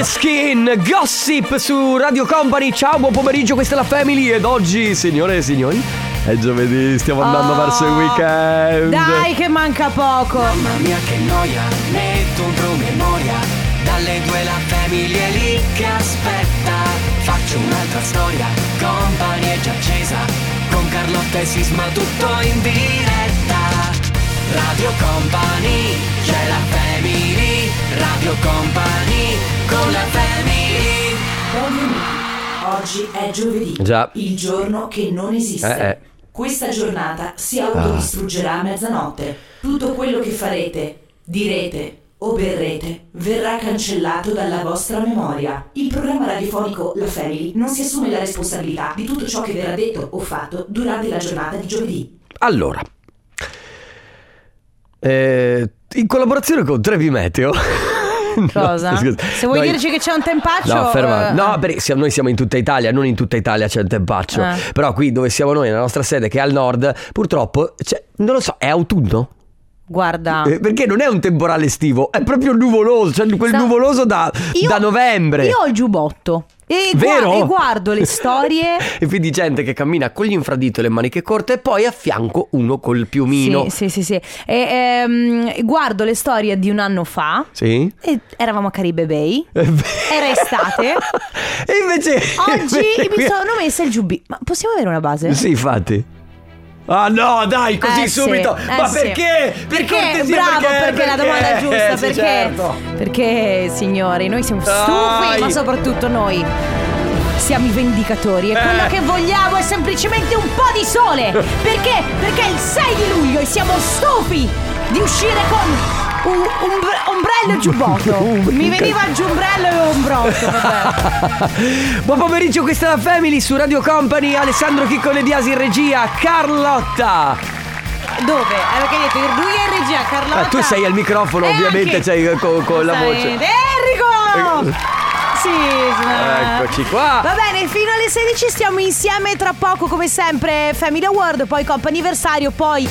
Måneskin, Gossip su Radio Company. Ciao, buon pomeriggio, questa è la Family. Ed oggi, signore e signori, è giovedì, stiamo andando verso il weekend. Dai che manca poco. Mamma mia che noia, metto un promemoria. Dalle 2 la Family è lì che aspetta. Faccio un'altra storia, Company è già accesa. Con Carlotta e Sisma tutto in diretta. Radio Company, c'è la Family. Radio Company, con la Family. Oggi è giovedì, Già. il giorno che non esiste. Questa giornata si autodistruggerà a mezzanotte. Tutto quello che farete, direte o berrete verrà cancellato dalla vostra memoria. Il programma radiofonico La Family non si assume la responsabilità di tutto ciò che verrà detto o fatto durante la giornata di giovedì. Allora, in collaborazione con Trevi Meteo. Cosa? No, scusa. Se vuoi dirci che c'è un tempaccio. No, ferma. No, perché noi siamo in tutta Italia, non in tutta Italia c'è un tempaccio. Però qui dove siamo noi, nella nostra sede che è al nord, purtroppo, non lo so, è autunno? Guarda, perché non è un temporale estivo, è proprio nuvoloso, cioè quel nuvoloso da novembre. Io ho il giubbotto e, Vero? e guardo le storie. E vedi gente che cammina con gli infradito e le maniche corte e poi a fianco uno col piumino. Sì. E guardo le storie di un anno fa. Sì. E eravamo a Caribe Bay. Era estate. E invece oggi mi sono messa il giubbotto. Ma possiamo avere una base? Sì, infatti. Ah no, dai, così subito. Ma sì. perché? Perché? Bravo, perché la domanda è giusta. Sì, perché? certo. Perché, signori, noi siamo stufi, ma soprattutto noi siamo i vendicatori. E quello che vogliamo è semplicemente un po' di sole. Perché? Perché è il 6 di luglio e siamo stufi di uscire con ombrello e giubbotto. Mi veniva il giumbrello e ombrotto. Buon pomeriggio, questa è la Family su Radio Company. Alessandro Chiccone Diasi in regia, Carlotta. Dove? Perché hai detto lui è in regia, Carlotta. Tu sei al microfono, ovviamente, sei con la voce. Enrico! Sì, eccoci qua. Va bene, fino alle 16 stiamo insieme. Tra poco, come sempre, Family Award, poi comp'anniversario, poi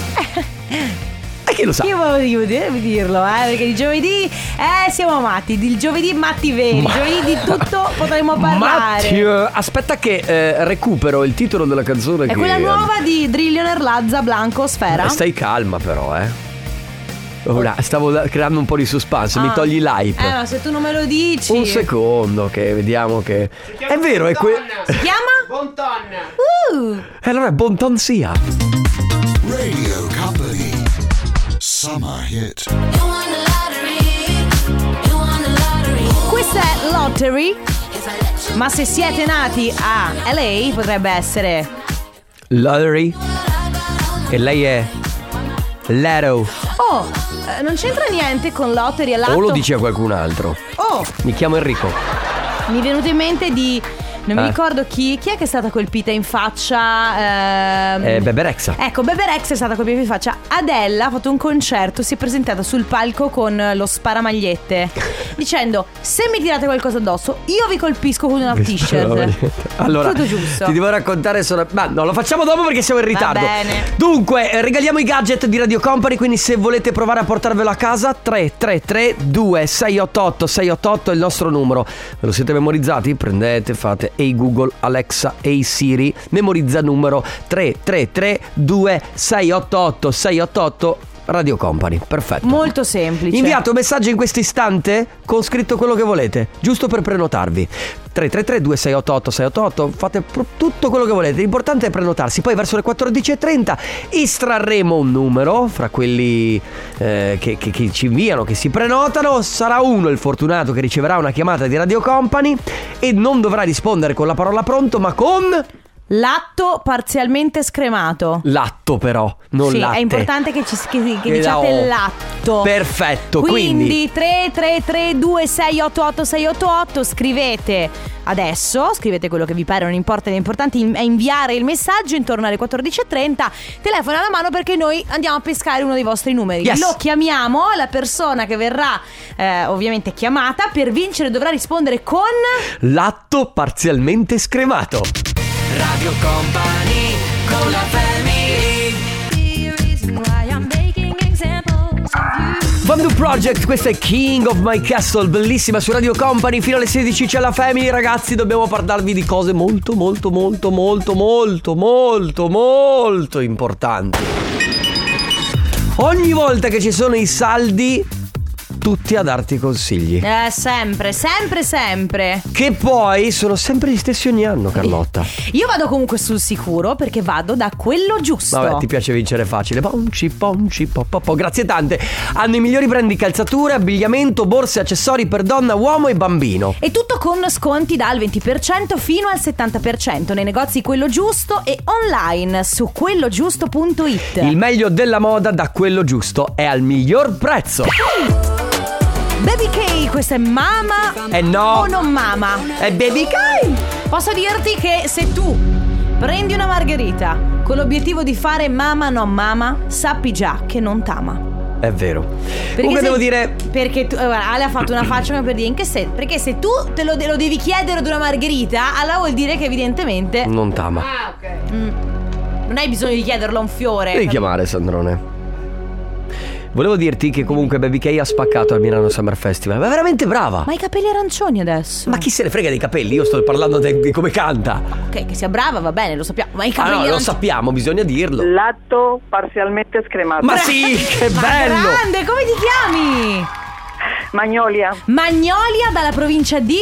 E chi lo sa? Io volevo dirlo, perché di giovedì siamo matti, di giovedì matti veri, giovedì di tutto potremmo parlare. Aspetta che recupero il titolo della canzone. È quella nuova di Drillionaire Lazza, Blanco, Sfera. Stai calma però, Ora, stavo creando un po' di suspense, mi togli l'hype. Ma se tu non me lo dici. Un secondo che vediamo che è vero, è si chiama? Bonton. E allora è Bonton sia. Radio Company Summer Hit. Questa è Lottery. Ma se siete nati a LA potrebbe essere Lottery. E lei è Lero. non c'entra niente con Lottery e Latto. O lo dice a qualcun altro. Mi chiamo Enrico. Mi è venuto in mente di non mi ricordo chi è che è stata colpita in faccia. Bebe Rexha. Ecco, Bebe Rexha è stata colpita in faccia. Adele ha fatto un concerto, si è presentata sul palco con lo sparamagliette dicendo: se mi tirate qualcosa addosso io vi colpisco con una t-shirt. Allora, tutto giusto. Ti devo raccontare ma no, lo facciamo dopo perché siamo in ritardo. Va bene. Dunque, regaliamo i gadget di Radio Company, quindi se volete provare a portarvelo a casa 333 2688 688 è il nostro numero. Ve lo siete memorizzati? Prendete, fate Ehi Google, Alexa, Ehi Siri, memorizza il numero 333 2688 688 Radio Company, perfetto. Molto semplice. Inviate un messaggio in questo istante con scritto quello che volete, giusto per prenotarvi. 333 2688 688, fate tutto quello che volete, l'importante è prenotarsi. Poi verso le 14.30 estrarremo un numero fra quelli che ci inviano, che si prenotano. Sarà uno il fortunato che riceverà una chiamata di Radio Company e non dovrà rispondere con la parola pronto, ma con latto parzialmente scremato. Latto però, non sì, latte. È importante che diciate il latto. Perfetto, quindi 333 2688 688 scrivete adesso, scrivete quello che vi pare, non importa, l'importante è inviare il messaggio intorno alle 14.30. Telefono alla mano perché noi andiamo a pescare uno dei vostri numeri. Yes. Lo chiamiamo, la persona che verrà ovviamente chiamata per vincere dovrà rispondere con latto parzialmente scremato. Radio Company con la Family. Be a reason why I'm making examples of you. Vandu Project, questa è King of My Castle, bellissima su Radio Company. Fino alle 16 c'è la Family, ragazzi. Dobbiamo parlarvi di cose molto importanti. Ogni volta che ci sono i saldi, tutti a darti consigli. Sempre. Che poi sono sempre gli stessi ogni anno, Carlotta. Io vado comunque sul sicuro perché vado da quello giusto. Vabbè, ti piace vincere facile. Ponci, po. Grazie tante. Hanno i migliori brand di calzature, abbigliamento, borse, accessori per donna, uomo e bambino. E tutto con sconti dal 20% fino al 70% nei negozi Quello Giusto e online su quellogiusto.it. Il meglio della moda da Quello Giusto è al miglior prezzo. Baby K, questa è mama no. o non mama? È Baby K. Posso dirti che se tu prendi una margherita con l'obiettivo di fare mama non mama, sappi già che non t'ama. È vero. Comunque devo dire, perché tu, Ale ha fatto una faccia per dire in che senso? Perché se tu lo devi chiedere ad una margherita, allora vuol dire che evidentemente non t'ama. Ah, ok. Non hai bisogno di chiederlo a un fiore. Devi chiamare Sandrone. Volevo dirti che comunque Baby K ha spaccato al Milano Summer Festival. Ma è veramente brava. Ma i capelli arancioni adesso. Ma chi se ne frega dei capelli? Io sto parlando di come canta. Ok, che sia brava va bene, lo sappiamo. Ma i capelli arancioni, lo sappiamo, bisogna dirlo. Lato parzialmente scremato. Ma sì, che bello. Grande, come ti chiami? Magnolia. Magnolia, dalla provincia di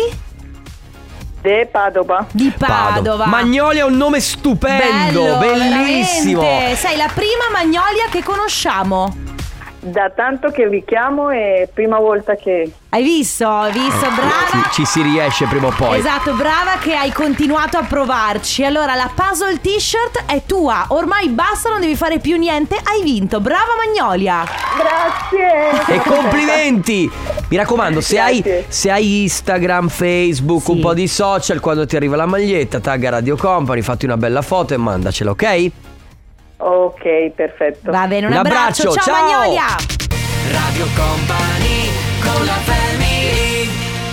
Padova. Di Padova. Magnolia è un nome stupendo. Bello, bellissimo. Veramente. Sei la prima Magnolia che conosciamo. Da tanto che vi chiamo è prima volta che... Hai visto, brava. Ci si riesce prima o poi. Esatto, brava che hai continuato a provarci. Allora, la puzzle t-shirt è tua. Ormai basta, non devi fare più niente. Hai vinto, brava Magnolia. Grazie. E complimenti. Mi raccomando, se hai Instagram, Facebook, un po' di social, quando ti arriva la maglietta, tagga Radio Company, fatti una bella foto e mandacela, ok? Ok, perfetto. Va bene, un abbraccio. Ciao Magnolia. Radio Company con la Family.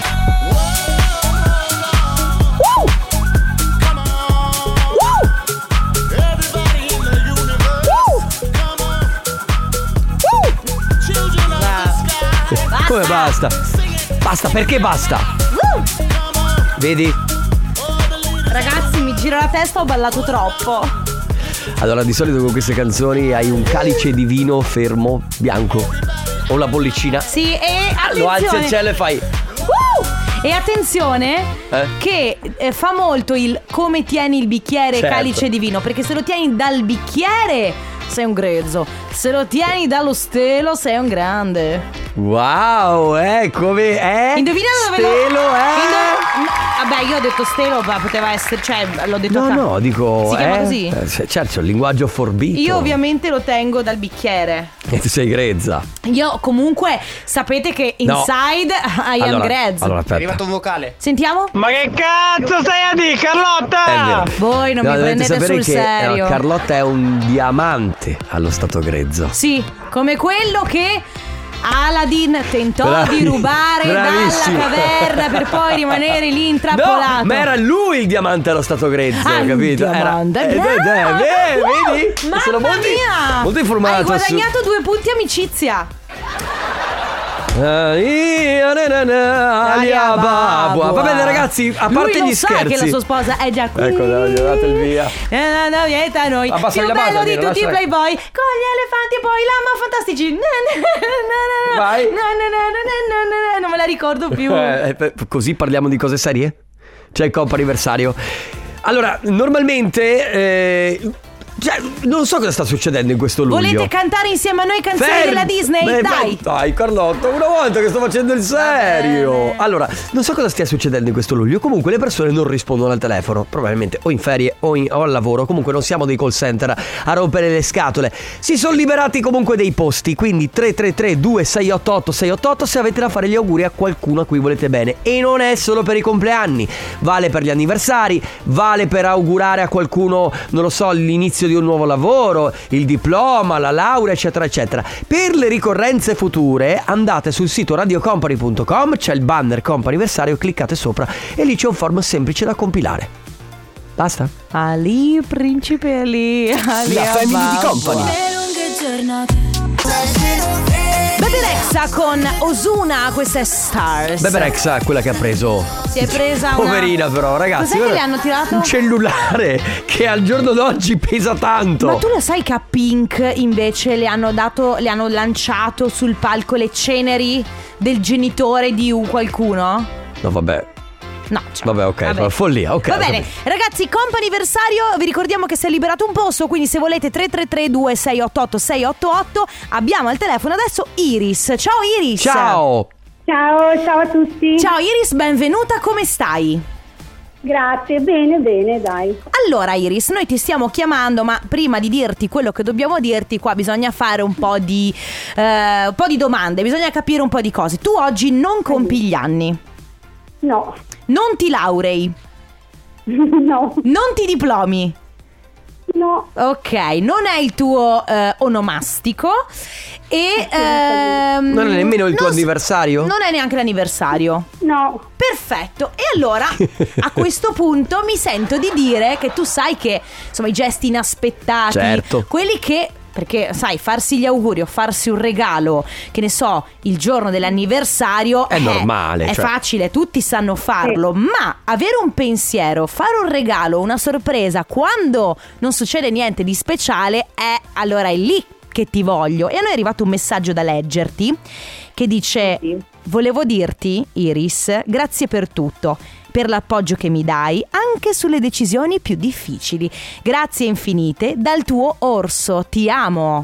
Come basta? Basta, perché basta? Vedi? Ragazzi, mi gira la testa, ho ballato troppo. Allora, di solito con queste canzoni hai un calice di vino fermo, bianco, o la bollicina. Sì, e attenzione. Lo alzi al cielo e fai. E attenzione che fa molto il come tieni il bicchiere, certo, calice di vino. Perché se lo tieni dal bicchiere sei un grezzo, se lo tieni dallo stelo sei un grande. Wow, come è? Indovina dove stelo vabbè, io ho detto stelo, ma poteva essere, cioè l'ho detto No, dico si chiama così? Certo, il linguaggio forbito. Io ovviamente lo tengo dal bicchiere. E tu sei grezza. Io comunque sapete che inside I am grezzo. Allora, aspetta. È arrivato un vocale. Sentiamo? Ma che cazzo stai a dire, Carlotta? È vero. Voi non mi dovete prendete sapere sul che serio. Carlotta è un diamante allo stato grezzo. Sì, come quello che Aladdin tentò di rubare bravissimo, dalla caverna per poi rimanere lì intrappolato. No, ma era lui il diamante allo stato grezzo, capito? Diamante, vedi? Mamma Sono molto informato. Hai guadagnato 2 punti amicizia. Va bene ragazzi, a parte lui gli scherzi, sa che la sua sposa è già qui. Ecco, gli ho dato il via. Noi Abbassi più la bello base, di tutti i lascia- playboy, con gli elefanti e poi lama fantastici. Vai. Non me la ricordo più. Così parliamo di cose serie? C'è il comp anniversario. Allora, normalmente non so cosa sta succedendo in questo luglio. Volete cantare insieme a noi canzoni della Disney? Dai Carlotta, una volta che sto facendo il serio. Allora, non so cosa stia succedendo in questo luglio. Comunque le persone non rispondono al telefono, probabilmente o in ferie o al lavoro. Comunque non siamo dei call center a rompere le scatole. Si sono liberati comunque dei posti. Quindi 333-2688-688 se avete da fare gli auguri a qualcuno a cui volete bene. E non è solo per i compleanni, vale per gli anniversari, vale per augurare a qualcuno, non lo so, l'inizio di un nuovo lavoro, il diploma, la laurea, eccetera eccetera. Per le ricorrenze future andate sul sito radiocompany.com, c'è il banner comp'anniversario, cliccate sopra e lì c'è un form semplice da compilare. Basta? Ali, principe Ali, La family di Company. Baby Bebe Rexha con Ozuna, questa è Stars. Bebe Rexha è quella che ha preso. Si è presa una... Poverina però, ragazzi. Cos'è che le hanno tirato? Un cellulare che al giorno d'oggi pesa tanto. Ma tu lo sai che a Pink invece le hanno lanciato sul palco le ceneri del genitore di qualcuno? No, vabbè. No, vabbè, ok, follia, ok. Va bene, ragazzi, comp'anniversario, vi ricordiamo che si è liberato un posto, quindi se volete 333-2688-688. Abbiamo al telefono adesso Iris. Ciao Iris. Ciao. Ciao a tutti. Ciao Iris, benvenuta, come stai? Grazie, bene, dai. Allora Iris, noi ti stiamo chiamando, ma prima di dirti quello che dobbiamo dirti, qua bisogna fare un po' di domande, bisogna capire un po' di cose. Tu oggi non compi gli anni? No. Non ti laurei? No. Non ti diplomi? No. Ok, non è il tuo onomastico e non è nemmeno il tuo anniversario? Non è neanche l'anniversario? No. Perfetto. E allora a questo punto mi sento di dire che tu sai che insomma i gesti inaspettati, certo, quelli che, perché sai, farsi gli auguri o farsi un regalo, che ne so, il giorno dell'anniversario è normale, è cioè facile, tutti sanno farlo, ma avere un pensiero, fare un regalo, una sorpresa quando non succede niente di speciale, allora è lì che ti voglio. E a noi è arrivato un messaggio da leggerti che dice: volevo dirti, Iris, grazie per tutto, per l'appoggio che mi dai anche sulle decisioni più difficili. Grazie infinite dal tuo orso, ti amo.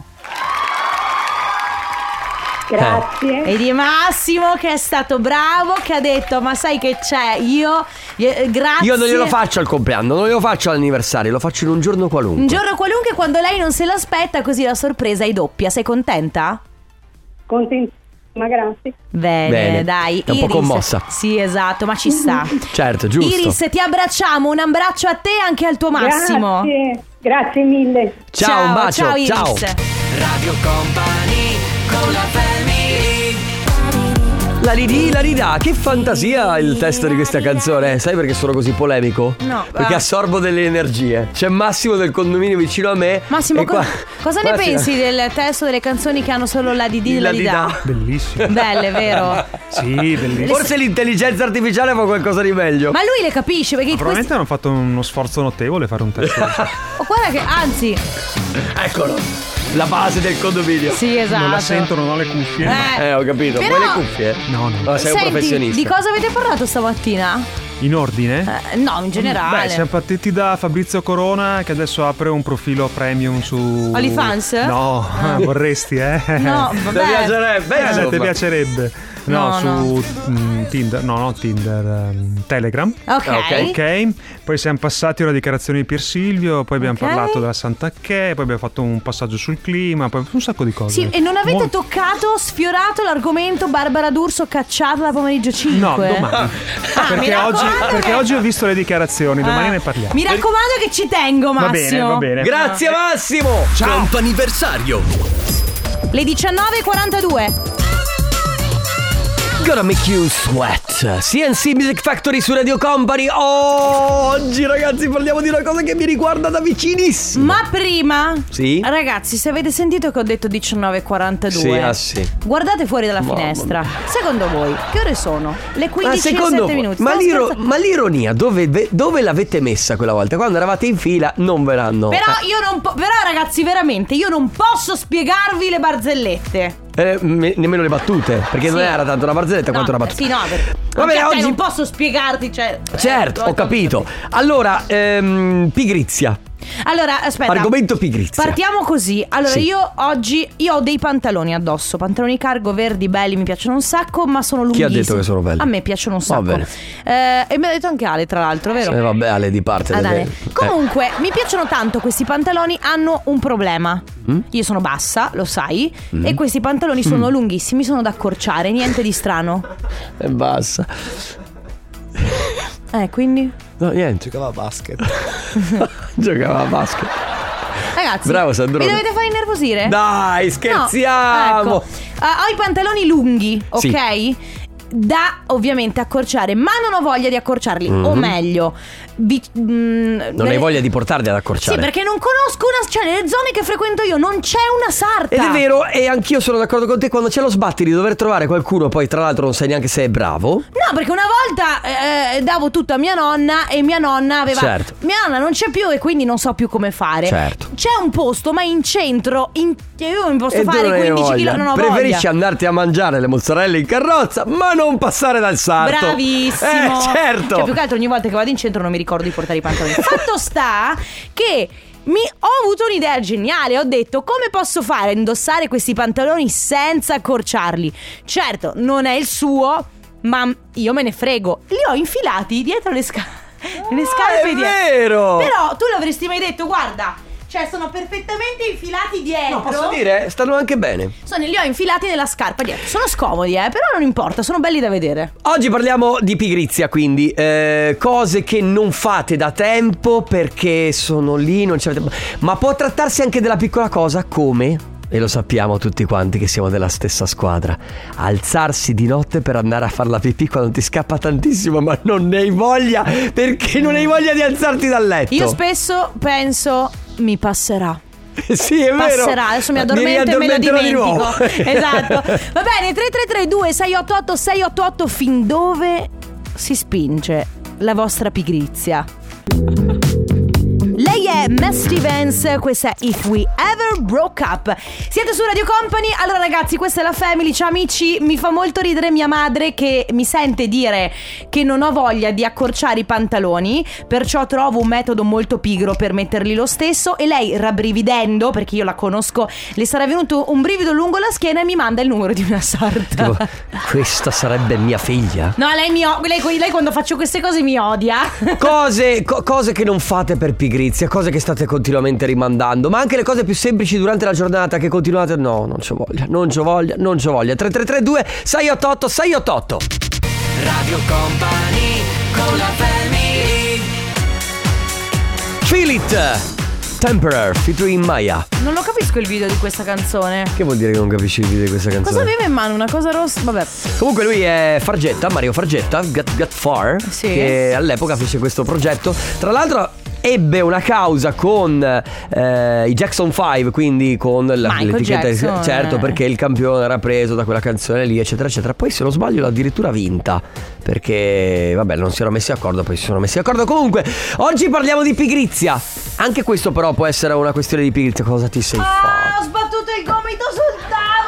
Grazie. E di Massimo, che è stato bravo, che ha detto: ma sai che c'è, grazie. Io non glielo faccio al compleanno, non glielo faccio all'anniversario, lo faccio in un giorno qualunque. Un giorno qualunque, quando lei non se l'aspetta, così la sorpresa è doppia. Sei contenta? Contentissima, grazie. Bene, dai. È un po' commossa. Sì, esatto, ma ci sta. Certo, giusto. Iris, ti abbracciamo, un abbraccio a te e anche al tuo Massimo. Grazie mille. Ciao, un bacio. Ciao Iris. Ciao. Radio Company con la family. La ridà, che fantasia il testo di questa canzone. Sai perché sono così polemico? No. Perché assorbo delle energie. C'è Massimo del condominio vicino a me. Massimo, e cosa ne pensi del testo delle canzoni che hanno solo la di la di? Bellissimo. Belle, vero? Sì, bellissimo. Forse l'intelligenza artificiale fa qualcosa di meglio. Ma lui le capisce, perché probabilmente hanno fatto uno sforzo notevole fare un testo. Guarda che, anzi, eccolo, la base del condominio. sì, esatto. Non la sento, non ho le cuffie. Ho capito. Però- Vuoi le cuffie? No. Sei un professionista. di cosa avete parlato stamattina? In ordine? No, in generale. Beh, siamo partiti da Fabrizio Corona, che adesso apre un profilo premium su OnlyFans? No, vorresti, No, Ti vabbè. piacerebbe? ti insomma. piacerebbe. No, No, su Tinder, no, non Tinder, Telegram. Ok. Poi siamo passati alla dichiarazione di Pier Silvio, poi abbiamo Ok. parlato della Santa Che, poi abbiamo fatto un passaggio sul clima, poi un sacco di cose. Sì, e non avete sfiorato l'argomento Barbara D'Urso cacciata da pomeriggio 5? No, domani. mi perché raccomando oggi ho visto le dichiarazioni, domani ne parliamo. Mi raccomando che ci tengo, Massimo. Va bene. Grazie Massimo. Comp'anniversario. Le 19:42. Gonna make you sweat. CNC Music Factory su Radio Company. Oggi ragazzi parliamo di una cosa che mi riguarda da vicinissimo. Ma prima, Sì? ragazzi, se avete sentito che ho detto 19:42, sì. Guardate fuori dalla Mamma finestra. Secondo voi che ore sono? Le 15 e 7 minuti. Ma, Stavo scherzando. ma l'ironia dove l'avete messa quella volta? Quando eravate in fila non ve l'hanno. Però io non però ragazzi, veramente, io non posso spiegarvi le barzellette. Nemmeno le battute. Perché non Sì. era tanto una barzelletta quanto una battuta. Sì, no, Va bene, oggi non posso spiegarti, cioè. Certo, ho capito. Allora, pigrizia. Allora, aspetta. Argomento pigrizia. Partiamo così. Allora, Sì. io oggi ho dei pantaloni addosso. Pantaloni cargo verdi belli, mi piacciono un sacco, ma sono Chi lunghissimi. ha detto che sono belli? A me piacciono un sacco. Va bene. E me l'ha detto anche Ale, tra l'altro, vero? Vabbè, Ale di parte. Ah, delle- dai. Comunque, mi piacciono tanto questi pantaloni, hanno un problema. Io sono bassa, lo sai, e questi pantaloni sono lunghissimi, sono da accorciare, niente di strano. E basta. Quindi? No, niente. Giocava a basket. Giocava a basket. Ragazzi, Bravo, Sandrone. mi dovete fare innervosire? Dai, No, scherziamo. ecco. Ho i pantaloni lunghi, ok? Sì. da ovviamente accorciare, ma non ho voglia di accorciarli, o meglio non hai voglia di portarli ad accorciare. Sì, perché non conosco cioè nelle zone che frequento io non c'è una sarta. Ed è vero, e anch'io sono d'accordo con te, quando c'è lo sbatti di dover trovare qualcuno, poi tra l'altro non sai neanche se è bravo. No, perché una volta davo tutto a mia nonna e mia nonna aveva mia nonna non c'è più e quindi non so più come fare. Certo. C'è un posto, ma in centro io mi posso fare 15 km, non ho Preferisci voglia. andarti a mangiare le mozzarelle in carrozza, ma non passare dal sarto. Bravissimo. Certo. Cioè, più che altro ogni volta che vado in centro non mi ricordo di portare i pantaloni. Fatto sta che ho avuto un'idea geniale. Ho detto: come posso fare a indossare questi pantaloni senza accorciarli? Certo, non è il suo, ma io me ne frego. Li ho infilati dietro le scarpe. È vero. Però tu l'avresti mai detto: guarda, cioè sono perfettamente infilati dietro. No, posso dire, stanno anche bene. Li ho infilati nella scarpa dietro. Sono scomodi, però non importa, sono belli da vedere. Oggi parliamo di pigrizia, quindi cose che non fate da tempo perché sono lì, non ci avete... Ma può trattarsi anche della piccola cosa come, e lo sappiamo tutti quanti che siamo della stessa squadra, alzarsi di notte per andare a fare la pipì quando ti scappa tantissimo ma non ne hai voglia, perché non hai voglia di alzarti dal letto. Io spesso penso: mi passerà. Sì, è vero. Passerà, adesso mi addormento e me lo dimentico. Esatto. Va bene, 3332 688 688. Fin dove si spinge la vostra pigrizia? Lei è Matt Stevens, questa è If We Ever Broke Up. Siete su Radio Company. Allora ragazzi, questa è la Family. Ciao amici, mi fa molto ridere mia madre che mi sente dire che non ho voglia di accorciare i pantaloni, perciò trovo un metodo molto pigro per metterli lo stesso. E lei, rabbrividendo, perché io la conosco, le sarà venuto un brivido lungo la schiena e mi manda il numero di una sarta. Tipo, questa sarebbe mia figlia? No, lei quando faccio queste cose mi odia. Cose che non fate per pigrizia, cose che state continuamente rimandando, ma anche le cose più semplici durante la giornata che continuate. No, non c'ho voglia. 3332 688 688. Radio Company con la Family. Feel It, Temporary featuring Maya. Non lo capisco il video di questa canzone. Che vuol dire che non capisci il video di questa canzone? Cosa aveva in mano? Una cosa rossa? Vabbè. Comunque lui è Fargetta, Mario Fargetta, Got Far, sì, che all'epoca fece questo progetto. Tra l'altro ebbe una causa con i Jackson 5, quindi con l'etichetta, Jackson, certo, perché il campione era preso da quella canzone lì, eccetera eccetera. Poi se non sbaglio l'ha addirittura vinta, perché vabbè, non si erano messi d'accordo, poi si sono messi d'accordo. Comunque oggi parliamo di pigrizia. Anche questo però può essere una questione di pigrizia. Cosa ti sei fatto? Ho sbattuto il gomito sul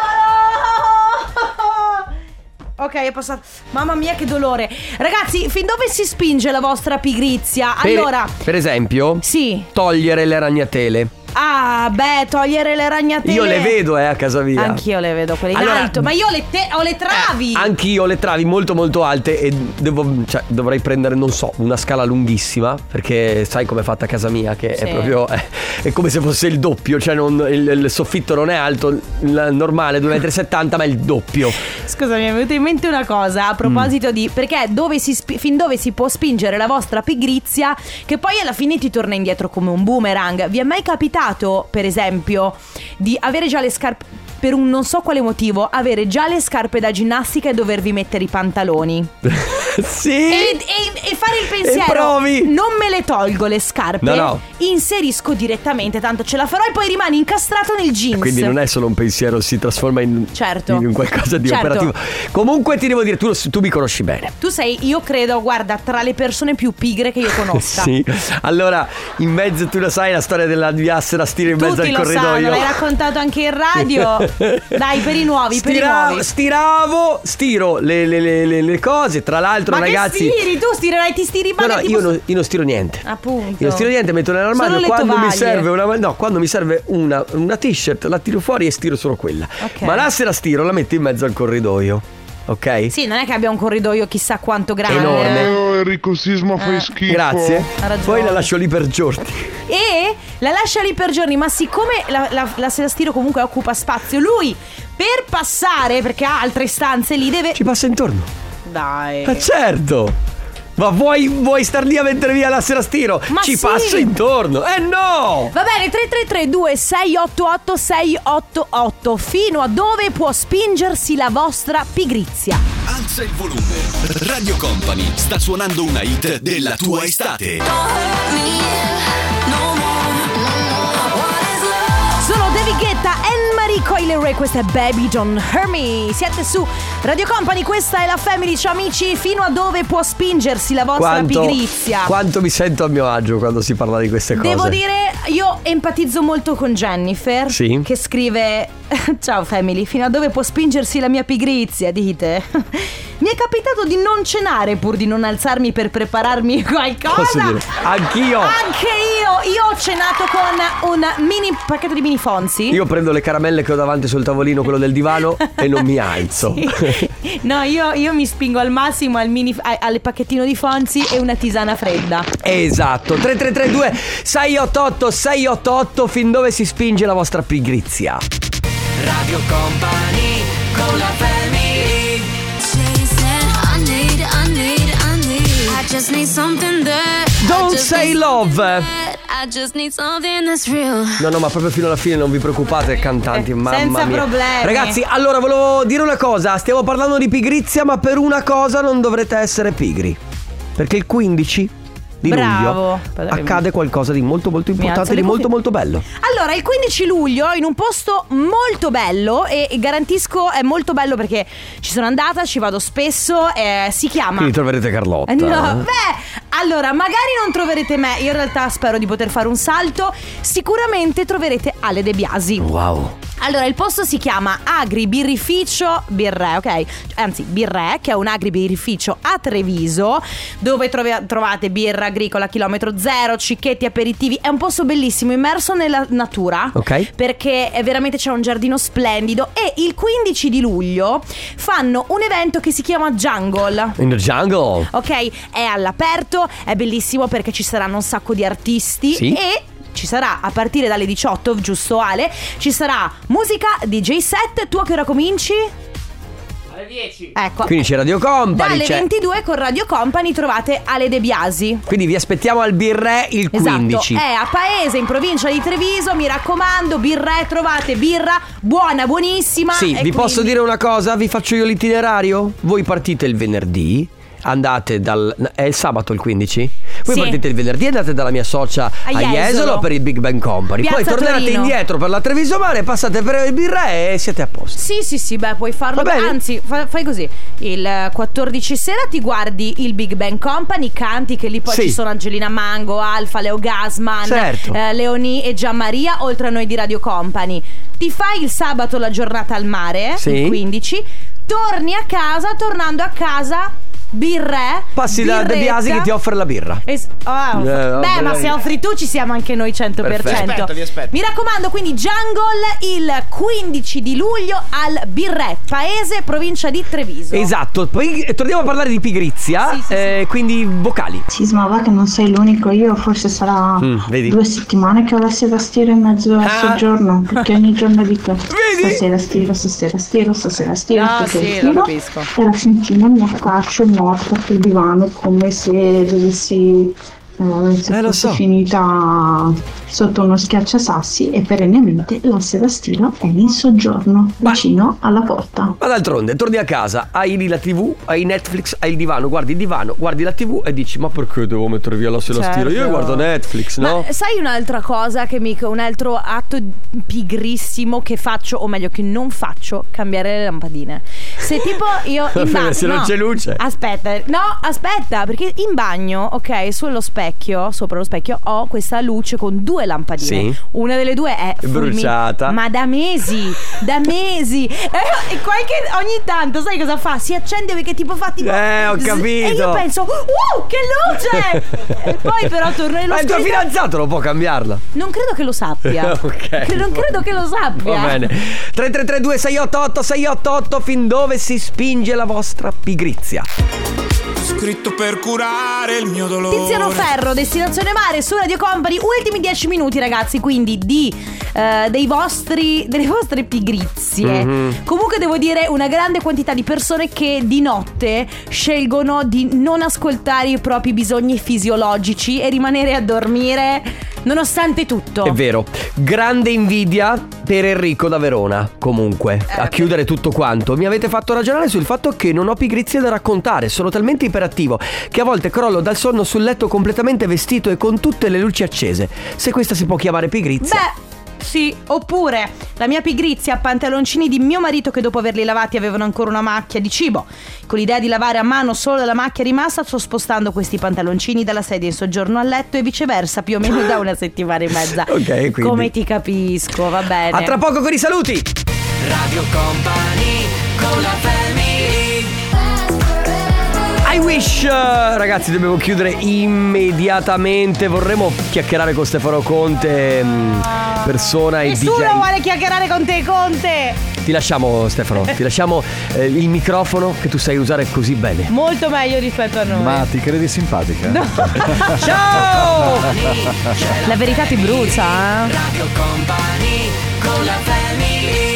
tavolo. Ok, è passato. Mamma mia, che dolore. Ragazzi, fin dove si spinge la vostra pigrizia? Allora, per esempio, sì, togliere le ragnatele. Ah, beh, togliere le ragnatele. Io le vedo a casa mia. Anch'io le vedo, quelle in alto. Ma io ho le travi. Anch'io ho le travi molto molto alte. E dovrei prendere, non so, una scala lunghissima, perché sai com'è fatta a casa mia, che sì, è proprio è come se fosse il doppio. Cioè il soffitto non è alto, il normale 2,70 m, ma è il doppio. Scusa, mi è venuta in mente una cosa a proposito di perché fin dove si può spingere la vostra pigrizia, che poi alla fine ti torna indietro come un boomerang. Vi è mai capitato, per esempio, di avere già le scarpe, per un non so quale motivo, avere già le scarpe da ginnastica e dovervi mettere i pantaloni? Sì. E fare il pensiero: e provi. non me le tolgo le scarpe, no, inserisco direttamente, tanto ce la farò, e poi rimane incastrato nel jeans. Quindi non è solo un pensiero, si trasforma in qualcosa di operativo. Comunque ti devo dire, tu mi conosci bene. Tu sei, io credo, guarda, tra le persone più pigre che io conosca. Sì. Allora, in mezzo, tu lo sai, la storia della Viassera stiro in mezzo al corridoio. Tutti lo sanno, l'hai raccontato anche in radio. Dai, per i nuovi, stiro le cose. Tra l'altro, ma ragazzi, che stiri? Tu stirerai, ti stiri male? No, io non stiro niente. Appunto. Io non stiro niente, metto nell'armadio. Quando mi serve una t-shirt, la tiro fuori e stiro solo quella. Okay. Ma la sera stiro, la metto in mezzo al corridoio. Ok? Sì, non è che abbia un corridoio chissà quanto grande. Enorme. Enrico Sisma, fai schifo. Grazie. Poi la lascio lì per giorni. E la lascia lì per giorni. Ma siccome la sera stiro comunque occupa spazio, lui per passare, perché ha altre stanze lì, deve... Ci passa intorno. Dai. Ma certo. Ma vuoi star lì a mettere via la serastino? Ma ci sì. passo intorno. No! Va bene, 333-2688-688. Fino a dove può spingersi la vostra pigrizia? Alza il volume. Radio Company sta suonando una hit della tua estate. Sono David Guetta e Marie Coyle Ray, questa è Baby Don't Hurt Me. Siete su Radio Company, questa è la Family. Ciao amici, fino a dove può spingersi la vostra pigrizia? Quanto mi sento a mio agio quando si parla di queste cose. Devo dire, io empatizzo molto con Jennifer, sì, che scrive: ciao Family, fino a dove può spingersi la mia pigrizia, dite? Mi è capitato di non cenare pur di non alzarmi per prepararmi qualcosa. Posso dire? Anch'io. Anche io ho cenato con un mini pacchetto di mini Fonzi. Io prendo le caramelle che ho davanti sul tavolino, quello del divano, e non mi alzo. Sì. No, io mi spingo al massimo al pacchettino di Fonzi e una tisana fredda. Esatto. 3332 688 688. Fin dove si spinge la vostra pigrizia? Radio Company con la Family. Don't Say Love. No, ma proprio fino alla fine, non vi preoccupate, cantanti, mamma senza mia. problemi. Ragazzi, allora volevo dire una cosa. Stiamo parlando di pigrizia, ma per una cosa non dovrete essere pigri, perché il 15 di luglio accade qualcosa di molto molto importante, di molto molto bello. Allora, il 15 luglio in un posto molto bello, e garantisco è molto bello perché ci sono andata, ci vado spesso, si chiama... Quindi troverete Carlotta. No, allora magari non troverete me, io in realtà spero di poter fare un salto. Sicuramente troverete Ale De Biasi. Wow. Allora, il posto si chiama Agri Birrificio Birré, ok? Anzi, Birré, che è un agribirrificio a Treviso, dove trovate birra agricola chilometro zero, cicchetti, aperitivi. È un posto bellissimo, immerso nella natura, ok? Perché veramente c'è un giardino splendido. E il 15 di luglio fanno un evento che si chiama Jungle. In the Jungle. Ok, è all'aperto, è bellissimo perché ci saranno un sacco di artisti, sì, e ci sarà a partire dalle 18, giusto Ale? Ci sarà musica, DJ set. Tu a che ora cominci? Alle 10. Ecco. Quindi c'è Radio Company. Dalle 22 con Radio Company trovate Ale De Biasi. Quindi vi aspettiamo al Birré il 15. Esatto, è a Paese, in provincia di Treviso. Mi raccomando, Birré, trovate birra buona, buonissima. Sì, vi posso dire una cosa? Vi faccio io l'itinerario. Voi partite il venerdì, andate è il sabato il 15? Voi partite il venerdì, andate dalla mia socia a Jesolo per il Big Bang Company. Piazza poi tornerete Torino indietro per la Treviso Mare, passate per il Birré e siete a posto. Sì, beh, puoi farlo. Anzi, fai così: il 14 sera ti guardi il Big Bang Company, canti, che lì poi ci sono Angelina Mango, Alfa, Leo Gasman, Leonie e Gianmaria, oltre a noi di Radio Company. Ti fai il sabato la giornata al mare, il 15, torni a casa, tornando a casa Birré, passi da De Biasi che ti offre la birra. Ma se offri tu ci siamo anche noi 100%. Vi aspetto. Mi raccomando, quindi Jungle il 15 di luglio al Birré, Paese, provincia di Treviso. Esatto. Poi torniamo a parlare di pigrizia, quindi vocali. Sisma, va che non sei l'unico. Io forse sarà 2 settimane che ho la serrastiera in mezzo al soggiorno, perché ogni giorno dico stasera stiro, perché lo capisco. E alla fine mi affaccio morta sul divano come se dovessi fosse finita sotto uno schiacciasassi, e perennemente la serrastiera è in soggiorno vicino alla porta. Ma d'altronde torni a casa, hai lì la TV, hai Netflix, hai il divano, guardi la TV e dici: ma perché devo mettere via la serrastiera? Io guardo Netflix, no? Ma sai un'altra cosa un altro atto pigrissimo che faccio, o meglio che non faccio? Cambiare le lampadine. Se tipo io in bagno, se non c'è luce. Aspetta, perché in bagno, ok, sopra lo specchio ho questa luce con 2 lampadine. Una delle 2 è bruciata, ma da mesi. E ogni tanto sai cosa fa? Si accende perché tipo fa tipo ho capito. E io penso: che luce! E poi però torno nello ma il tuo fidanzato lo può cambiarla? Non credo che lo sappia. Non credo che lo sappia. Va bene. 3332 688 688. Fin dove si spinge la vostra pigrizia? scritto per curare il mio dolore. Tiziano Ferro, Destinazione Mare su Radio Company. Ultimi 10 minuti, ragazzi, quindi delle vostre pigrizie. Comunque devo dire una grande quantità di persone che di notte scelgono di non ascoltare i propri bisogni fisiologici e rimanere a dormire nonostante tutto. È vero. Grande invidia per Enrico da Verona. Comunque, a chiudere tutto quanto, mi avete fatto ragionare sul fatto che non ho pigrizie da raccontare. Sono talmente iperattivo che a volte crollo dal sonno sul letto completamente vestito e con tutte le luci accese. Se questa si può chiamare pigrizia. Beh, sì, oppure la mia pigrizia a pantaloncini di mio marito che dopo averli lavati avevano ancora una macchia di cibo. Con l'idea di lavare a mano solo la macchia rimasta, sto spostando questi pantaloncini dalla sedia in soggiorno al letto e viceversa più o meno da una settimana e mezza. Ok, quindi come ti capisco, va bene. A tra poco con i saluti. Radio Company con la family. I wish. Ragazzi, dobbiamo chiudere immediatamente. Vorremmo chiacchierare con Stefano Conte, persona e DJ. Nessuno vuole chiacchierare con te, Conte. Ti lasciamo, Stefano, ti lasciamo il microfono che tu sai usare così bene. Molto meglio rispetto a noi. Ma ti credi simpatica? No. Ciao. La verità ti brucia, Radio Company con la family.